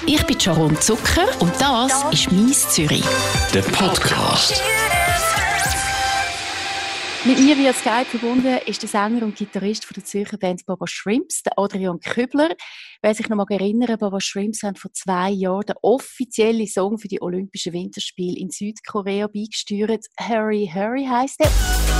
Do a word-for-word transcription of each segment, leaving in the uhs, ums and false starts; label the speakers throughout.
Speaker 1: Ich bin Sharon Zucker und das ist «Mies Zürich».
Speaker 2: Der Podcast.
Speaker 1: Mit mir via Skype verbunden ist der Sänger und Gitarrist von der Zürcher Band Baba Shrimps, der Adrian Kübler. Wer sich noch mal erinnern, Baba Shrimps haben vor zwei Jahren den offiziellen Song für die Olympischen Winterspiele in Südkorea beigesteuert. «Hurry, Hurry» heisst er.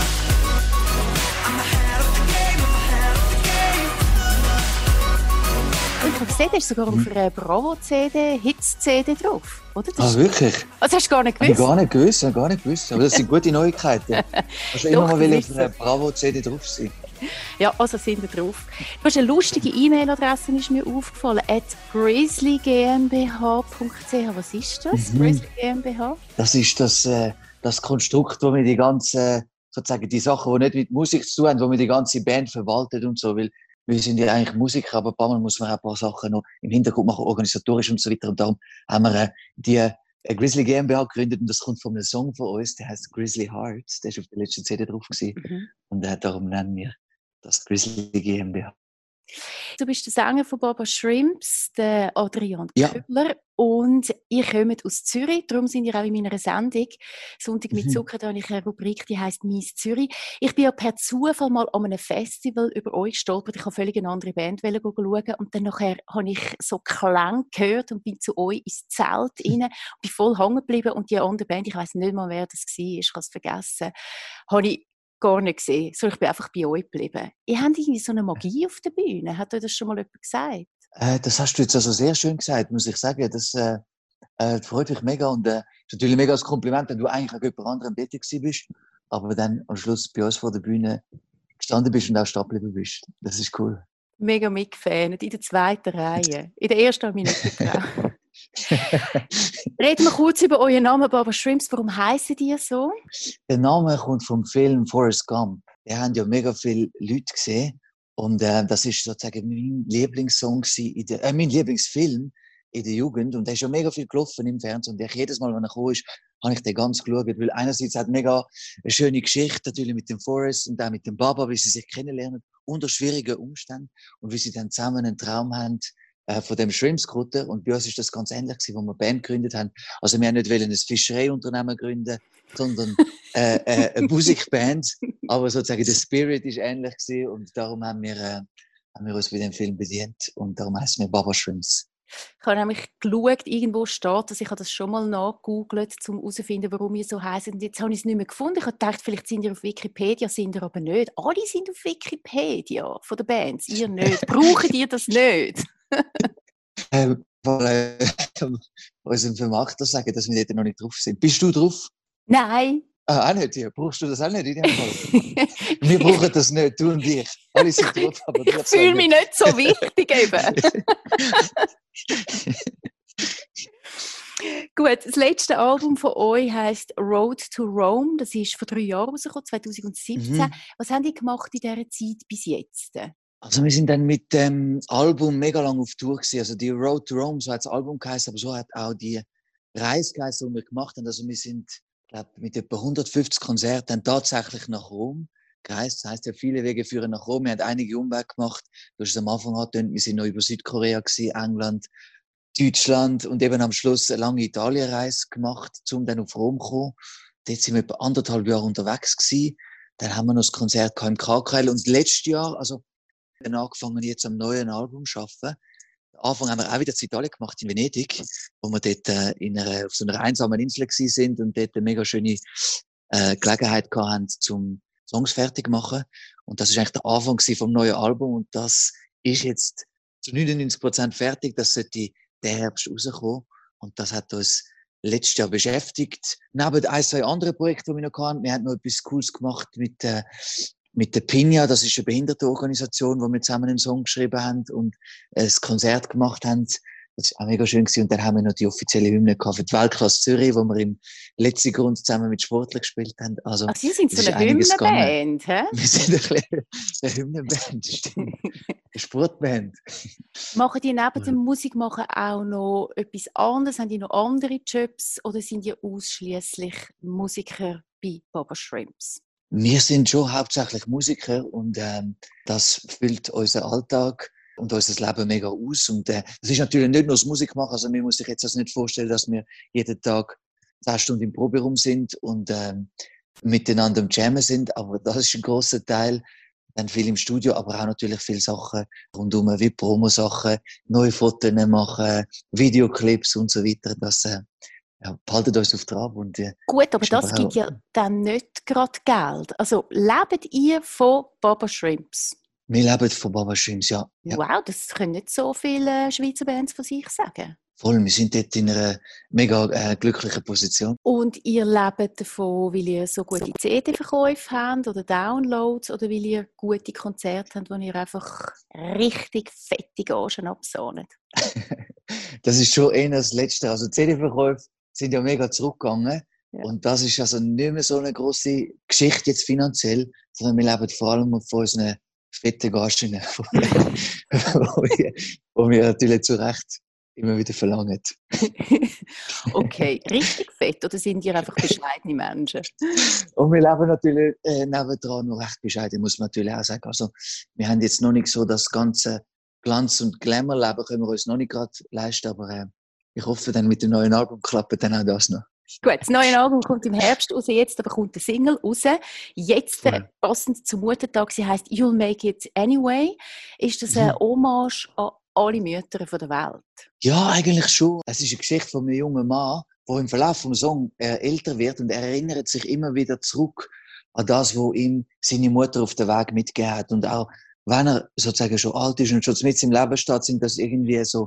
Speaker 1: Ich habe gesehen, da ist sogar auf einer Bravo-C D, Hits-C D drauf, oder? Das
Speaker 3: Ah, wirklich?
Speaker 1: Also hast du gar nicht gewusst?
Speaker 3: Ich gar nicht gewusst, ich gar nicht gewusst. Aber das sind gute Neuigkeiten. Also immer mal will auf einer Bravo-C D drauf sein.
Speaker 1: Ja, also sind wir drauf. Du hast eine lustige E-Mail-Adresse, ist mir aufgefallen, at grizzly g m b h punkt c h. Was ist das,
Speaker 3: Mhm.
Speaker 1: Grizzly GmbH?
Speaker 3: Das ist das, äh, das Konstrukt, wo wir die ganze, sozusagen die Sachen, die nicht mit Musik zu tun haben, wo wir die ganze Band verwaltet und so, weil wir sind ja eigentlich Musiker, aber ein paar Mal muss man auch ein paar Sachen noch im Hintergrund machen, organisatorisch und so weiter. Und darum haben wir äh, die äh, Grizzly GmbH gegründet und das kommt von einem Song von uns, der heißt Grizzly Hearts, der ist auf der letzten C D drauf gewesen.
Speaker 1: Mhm.
Speaker 3: Und äh, darum nennen wir das Grizzly GmbH.
Speaker 1: Du bist der Sänger von Baba Shrimps, der Adrian
Speaker 3: Ja.
Speaker 1: Kübler. Und ihr kommt aus Zürich, darum sind ihr auch in meiner Sendung «Sonntag mit
Speaker 3: Mhm.
Speaker 1: Zucker», da habe ich eine Rubrik, die heisst «Mies Zürich». Ich bin ja per Zufall mal an einem Festival über euch gestolpert. Ich habe völlig eine andere Band schauen und dann nachher habe ich so Klang gehört und bin zu euch ins Zelt rein und bin voll hängen geblieben. Und die andere Band, ich weiss nicht mal, wer das war, ich habe es vergessen, habe ich gar nicht gesehen, sondern ich bin einfach bei euch geblieben. Ihr habt irgendwie so eine Magie auf der Bühne. Hat euch das schon mal jemand gesagt?
Speaker 3: Äh, das hast du jetzt also sehr schön gesagt, muss ich sagen. Das äh, äh, freut mich mega und äh, ist natürlich mega als Kompliment, wenn du eigentlich auch jemand anderem tätig gewesen bist, aber dann am Schluss bei uns vor der Bühne gestanden bist und auch stehen geblieben bist. Das ist cool.
Speaker 1: Mega mitgefans, in der zweiten Reihe. In der ersten habe ich mich nicht getraut. Reden wir kurz über euren Namen, Baba Shrimps. Warum heissen die so?
Speaker 3: Der Name kommt vom Film Forrest Gump. Den haben ja mega viele Leute gesehen und äh, das ist sozusagen mein Lieblingssong gewesen in der, äh, mein Lieblingsfilm in der Jugend und der ist ja mega viel gelaufen im Fernsehen und ich, jedes Mal, wenn er gekommen ist, habe ich den ganz geschaut, weil einerseits hat mega eine schöne Geschichte natürlich mit dem Forrest und auch mit dem Baba, wie sie sich kennenlernen, unter schwierigen Umständen und wie sie dann zusammen einen Traum haben äh, von dem Shrimps-Kutter und bei uns ist das ganz ähnlich gewesen, wo wir eine Band gegründet haben. Also wir haben nicht wollen ein Fischereiunternehmen gründen, sondern äh, äh, eine Musikband, aber sozusagen der Spirit ist ähnlich gewesen und darum haben wir, äh, haben wir uns bei dem Film bedient und darum heißen wir Baba Shrimps.
Speaker 1: Ich habe nämlich geschaut, irgendwo steht das. Ich habe das schon mal nachgegoogelt, um herauszufinden, warum ihr so heisst. Und jetzt habe ich es nicht mehr gefunden. Ich habe gedacht, vielleicht sind ihr auf Wikipedia, sind ihr aber nicht. Alle sind auf Wikipedia von den Bands, ihr nicht. Braucht ihr das nicht?
Speaker 3: äh, weil, äh, unserem Vermarkter sagen, dass wir dort noch nicht drauf sind. Bist du drauf?
Speaker 1: Nein.
Speaker 3: Ah, auch nicht, ja. Brauchst du das auch nicht in dem Fall? Wir brauchen das nicht, du und ich. Alle sind drauf, aber
Speaker 1: Ich fühle mich nicht so wichtig eben. Gut, das letzte Album von euch heisst «Road to Rome». Das ist vor drei Jahren rausgekommen, zwanzig siebzehn.
Speaker 3: Mhm.
Speaker 1: Was habt ihr gemacht in dieser Zeit bis jetzt?
Speaker 3: Also wir sind dann mit dem Album mega lang auf Tour gewesen. Also die Road to Rome, so hat das Album geheißen, aber so hat auch die Reise geheißen, die wir gemacht haben. Also wir sind, glaube mit etwa hundertfünfzig Konzerten dann tatsächlich nach Rom gereist. Das heisst ja, viele Wege führen nach Rom. Wir haben einige Umwege gemacht. Du hast es am Anfang angetönt, wir sind noch über Südkorea gewesen, England, Deutschland und eben am Schluss eine lange Italienreise gemacht, um dann auf Rom zu kommen. Dort sind wir etwa anderthalb Jahre unterwegs gewesen. Dann haben wir noch das Konzert im K K L und letztes Jahr, also dann angefangen jetzt am neuen Album zu arbeiten. Am Anfang haben wir auch wieder zu Italien gemacht, in Venedig, wo wir dort äh, in einer, auf so einer einsamen Insel gewesen sind und dort eine mega schöne äh, Gelegenheit gehabt haben, zum Songs fertig zu machen. Und das ist eigentlich der Anfang vom neuen Album und das ist jetzt zu neunundneunzig Prozent fertig. Das sollte der Herbst rauskommen. Und das hat uns letztes Jahr beschäftigt. Neben ein, zwei anderen Projekten, die wir noch hatten. Wir haben noch etwas Cooles gemacht mit, äh, mit der Pinja. Das ist eine Behindertenorganisation, wo wir zusammen einen Song geschrieben haben und ein Konzert gemacht haben. Das war auch mega schön gewesen. Und dann haben wir noch die offizielle Hymne gehabt für die Weltklasse Zürich, wo wir im letzten Grund zusammen mit Sportlern gespielt haben. Also,
Speaker 1: Ach, Sie sind so eine Hymnenband, hä?
Speaker 3: Wir sind ein eine Hymnenband, stimmt. Eine Sportband.
Speaker 1: Machen die neben dem Musikmachen auch noch etwas anderes? Haben die noch andere Jobs oder sind die ausschließlich Musiker bei Baba Shrimps?
Speaker 3: Wir sind schon hauptsächlich Musiker und ähm, das füllt unseren Alltag. und unser Leben mega aus. Und äh, das ist natürlich nicht nur das Musik machen. Also man muss sich jetzt also nicht vorstellen, dass wir jeden Tag zehn Stunden im Proberaum sind und ähm, miteinander am Jammen sind. Aber das ist ein grosser Teil. Dann viel im Studio, aber auch natürlich viele Sachen rundum, wie Promo-Sachen, neue Fotos machen, Videoclips und so weiter. Das äh, ja, behaltet uns auf Trab. Und, äh,
Speaker 1: Gut, aber das
Speaker 3: aber
Speaker 1: gibt ja dann nicht gerade Geld. Also lebt ihr von Baba Shrimps?
Speaker 3: Wir leben von Baba Shrimps, ja. ja.
Speaker 1: Wow, das können nicht so viele Schweizer Bands von sich sagen.
Speaker 3: Voll, wir sind dort in einer mega äh, glücklichen Position.
Speaker 1: Und ihr lebt davon, weil ihr so gute C D-Verkäufe habt oder Downloads oder weil ihr gute Konzerte habt, wo ihr einfach richtig fette Gagen absahnet?
Speaker 3: Das ist schon eher das Letzte. Also C D-Verkäufe sind ja mega zurückgegangen. Ja. Und das ist also nicht mehr so eine grosse Geschichte jetzt finanziell, sondern wir leben vor allem von unseren fetten Gagen, wo wir, wo wir natürlich zu Recht immer wieder verlangen.
Speaker 1: Okay, richtig fett oder sind ihr einfach bescheidene Menschen?
Speaker 3: Und wir leben natürlich äh, nebendran noch recht bescheiden, muss man natürlich auch sagen. Also, wir haben jetzt noch nicht so das ganze Glanz- und Glamour-Leben, können wir uns noch nicht gerade leisten, aber äh, ich hoffe, dann mit dem neuen Album klappt dann auch das noch.
Speaker 1: Gut, das neue Album kommt im Herbst raus, jetzt aber kommt der Single raus. Jetzt, cool. Passend zum Muttertag, sie heisst «You'll Make It Anyway». Ist das eine Hommage an alle Mütter der Welt?
Speaker 3: Ja, eigentlich schon. Es ist eine Geschichte von einem jungen Mann, der im Verlauf des Songs äh, älter wird und er erinnert sich immer wieder zurück an das, was ihm seine Mutter auf den Weg mitgegeben hat. Und auch wenn er sozusagen schon alt ist und schon mit im Leben steht, sind das irgendwie so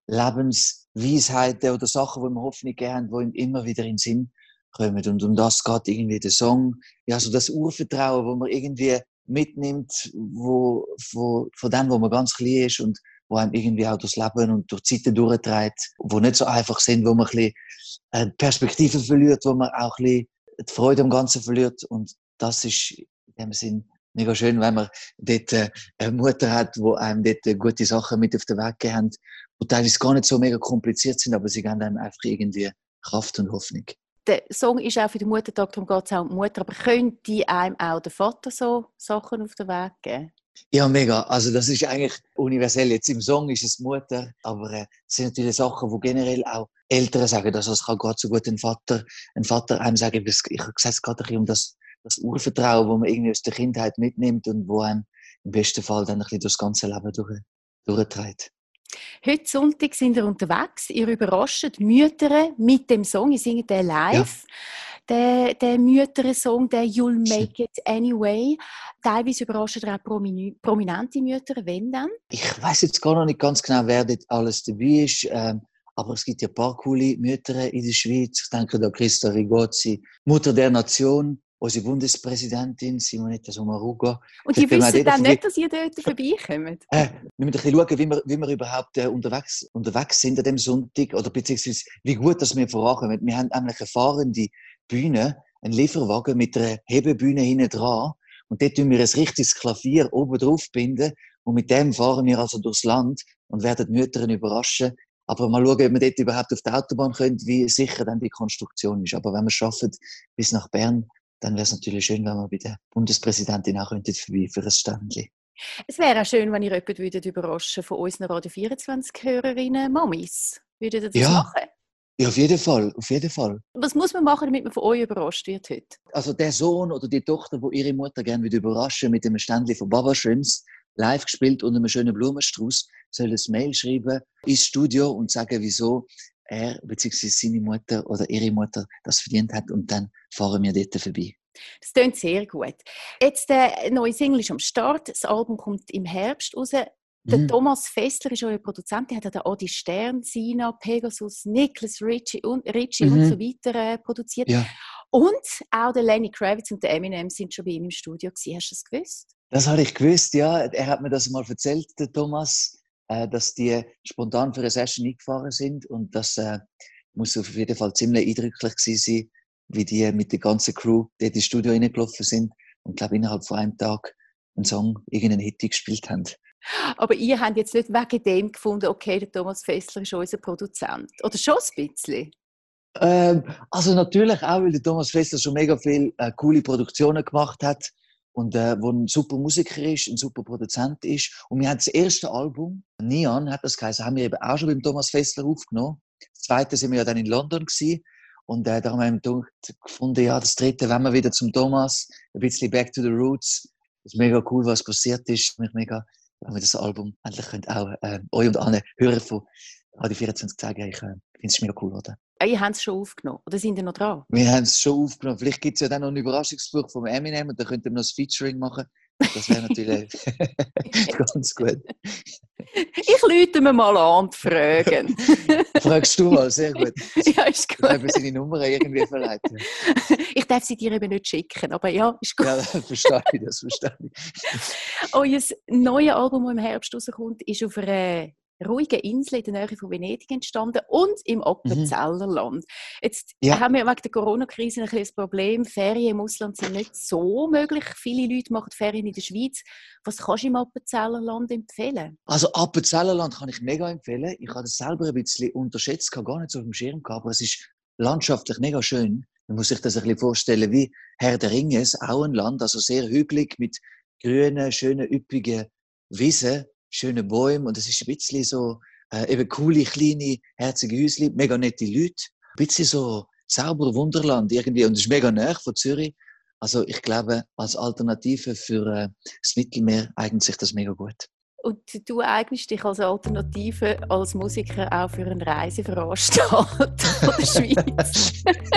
Speaker 3: Lebensweisheiten oder Sachen, die ihm Hoffnung geben, die ihm immer wieder in den Sinn kommen. Und um das geht irgendwie der Song. Ja, so das Urvertrauen, das man irgendwie mitnimmt, wo, wo, von dem, wo man ganz klein ist und wo einem irgendwie auch durchs Leben und durch die Zeiten durchträgt, wo nicht so einfach sind, wo man ein bisschen die Perspektive verliert, wo man auch ein bisschen die Freude am Ganzen verliert. Und das ist in dem Sinn mega schön, wenn man dort eine Mutter hat, die einem dort gute Sachen mit auf den Weg gegeben hat, die teilweise gar nicht so mega kompliziert sind, aber sie geben einem einfach irgendwie Kraft und Hoffnung.
Speaker 1: Der Song ist auch für den Muttertag, darum geht es auch um die Mutter, aber könnte einem auch der Vater so Sachen auf den Weg geben?
Speaker 3: Ja, mega. Also das ist eigentlich universell. Jetzt im Song ist es Mutter, aber äh, es sind natürlich Sachen, wo generell auch Eltern sagen, dass es kann gerade so gut ein Vater, ein Vater einem sagen, ich sage es gerade ein bisschen um das, das Urvertrauen, das man irgendwie aus der Kindheit mitnimmt und wo einem im besten Fall dann ein bisschen durch das ganze Leben durch, durchträgt.
Speaker 1: Heute Sonntag sind ihr unterwegs, ihr überrascht Mütter mit dem Song, ihr singt den live. Ja. Der, der Mütter-Song, der «You'll Make It Anyway». Teilweise überraschen auch prominente Mütter. Wenn dann?
Speaker 3: Ich weiss jetzt gar noch nicht ganz genau, wer dort alles dabei ist. Ähm, aber es gibt ja ein paar coole Mütter in der Schweiz. Ich denke da Christa Rigozzi, Mutter der Nation, unsere Bundespräsidentin Simonetta Sommaruga.
Speaker 1: Und die wissen dann nicht, dass ihr dort vorbeikommt?
Speaker 3: Äh, wir müssen ein bisschen schauen, wie wir, wie wir überhaupt äh, unterwegs, unterwegs sind an dem Sonntag. Oder beziehungsweise wie gut dass wir vorankommen. Wir haben nämlich eine fahrende Bühne, einen Lieferwagen mit einer Hebebühne hinten dran. Und dort tun wir ein richtiges Klavier oben drauf binden. Und mit dem fahren wir also durchs Land und werden die Mütter überraschen. Aber mal schauen, ob wir dort überhaupt auf die Autobahn können, wie sicher dann die Konstruktion ist. Aber wenn wir es schaffen, bis nach Bern, dann wäre es natürlich schön, wenn wir bei der Bundespräsidentin auch könnten vorbei für ein Ständchen.
Speaker 1: Es wäre auch schön, wenn ihr jemanden würdet überraschen von unseren Radio vierundzwanzig-Hörerinnen, Mamis. Würdet ihr das
Speaker 3: ja.
Speaker 1: machen?
Speaker 3: Ja, auf jeden Fall, auf jeden Fall.
Speaker 1: Was muss man machen, damit man von euch überrascht wird heute?
Speaker 3: Also der Sohn oder die Tochter, die ihre Mutter gerne überraschen mit einem Ständchen von Baba Shrimps, live gespielt unter einem schönen Blumenstrauß, soll ein Mail schreiben ins Studio und sagen, wieso er bzw. seine Mutter oder ihre Mutter das verdient hat, und dann fahren wir dort vorbei.
Speaker 1: Das klingt sehr gut. Jetzt der neue Single ist am Start, das Album kommt im Herbst raus. Der mhm. Thomas Fessler ist euer Produzent, der hat den Adi Stern, Sina, Pegasus, Nicholas Ritchie und, Ritchie mhm. und so weiter äh, produziert.
Speaker 3: Ja.
Speaker 1: Und auch der Lenny Kravitz und der Eminem sind schon bei ihm im Studio gewesen. Hast du das gewusst?
Speaker 3: Das habe ich gewusst, ja. Er hat mir das mal erzählt, der Thomas, äh, dass die spontan für eine Session eingefahren sind, und das äh, muss auf jeden Fall ziemlich eindrücklich gewesen sein, wie die mit der ganzen Crew dort ins Studio reingelaufen sind und, glaube ich, innerhalb von einem Tag einen Song, irgendeinen Hit gespielt haben.
Speaker 1: Aber ihr habt jetzt nicht wegen dem gefunden, okay, der Thomas Fessler ist unser Produzent. Oder schon ein bisschen?
Speaker 3: Ähm, also natürlich auch, weil der Thomas Fessler schon mega viele äh, coole Produktionen gemacht hat. und äh, wo ein super Musiker ist, ein super Produzent ist. Und wir haben das erste Album, Neon hat das geheißen, haben wir eben auch schon beim Thomas Fessler aufgenommen. Das zweite sind wir ja dann in London gewesen. Und äh, da haben wir gefunden, ja, das dritte, wenn wir wieder zum Thomas, ein bisschen back to the roots. Das ist mega cool, was passiert ist. Mich mega, wenn wir das Album endlich könnt auch äh, euch und alle Hörer von Radio vierundzwanzig sagen, ich äh, finde es mega cool, oder?
Speaker 1: Ihr habt es schon aufgenommen, oder sind ihr noch dran?
Speaker 3: Wir haben es schon aufgenommen. Vielleicht gibt es ja dann noch einen Überraschungsbuch vom Eminem und dann könnt ihr noch ein Featuring machen. Das wäre natürlich ganz gut.
Speaker 1: Ich rufe mir mal an und frage.
Speaker 3: Fragst du mal, sehr gut.
Speaker 1: Ja, ist gut.
Speaker 3: Ich habe seine Nummer irgendwie verleiht.
Speaker 1: Ich darf sie dir eben nicht schicken, aber ja, ist gut.
Speaker 3: Ja, verstehe ich, das verstehe ich.
Speaker 1: Euer neues Album, das im Herbst rauskommt, ist auf einer ruhigen Insel in der Nähe von Venedig entstanden und im Appenzellerland. Mhm. Jetzt ja. haben wir wegen der Corona-Krise ein bisschen das Problem, Ferien im Ausland sind nicht so möglich. Viele Leute machen Ferien in der Schweiz. Was kannst du im Appenzellerland empfehlen?
Speaker 3: Also Appenzellerland kann ich mega empfehlen. Ich habe das selber ein bisschen unterschätzt, habe gar nicht so auf dem Schirm gehabt, aber es ist landschaftlich mega schön. Man muss sich das ein bisschen vorstellen wie Herr der Ringe, Auenland, also sehr hügelig mit grünen, schönen, üppigen Wiesen, schöne Bäume und es ist ein bisschen so äh, eben coole, kleine, herzige Häuschen, mega nette Leute, ein bisschen so Zauber, Wunderland irgendwie und es ist mega nahe von Zürich. Also ich glaube, als Alternative für äh, das Mittelmeer eignet sich das mega gut.
Speaker 1: Und du eignest dich als Alternative als Musiker auch für eine Reiseveranstaltung von der Schweiz.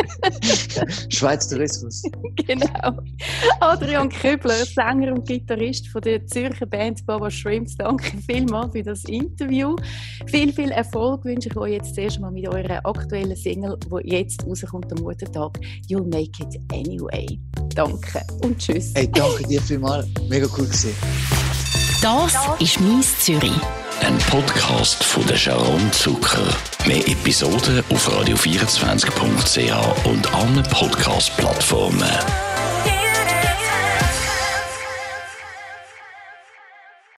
Speaker 3: Schweiz Tourismus.
Speaker 1: Genau. Adrian Kübler, Sänger und Gitarrist von der Zürcher Band Baba Shrimps. Danke vielmals für das Interview. Viel, viel Erfolg wünsche ich euch jetzt zuerst mal mit eurer aktuellen Single, die jetzt rauskommt am Muttertag. You'll make it anyway. Danke und tschüss.
Speaker 3: Hey, danke dir vielmals. Mega cool gewesen.
Speaker 2: Das ist «Mies Zürich». Ein Podcast von der Sharon Zucker. Mehr Episoden auf radio vierundzwanzig punkt c h und allen Podcast-Plattformen.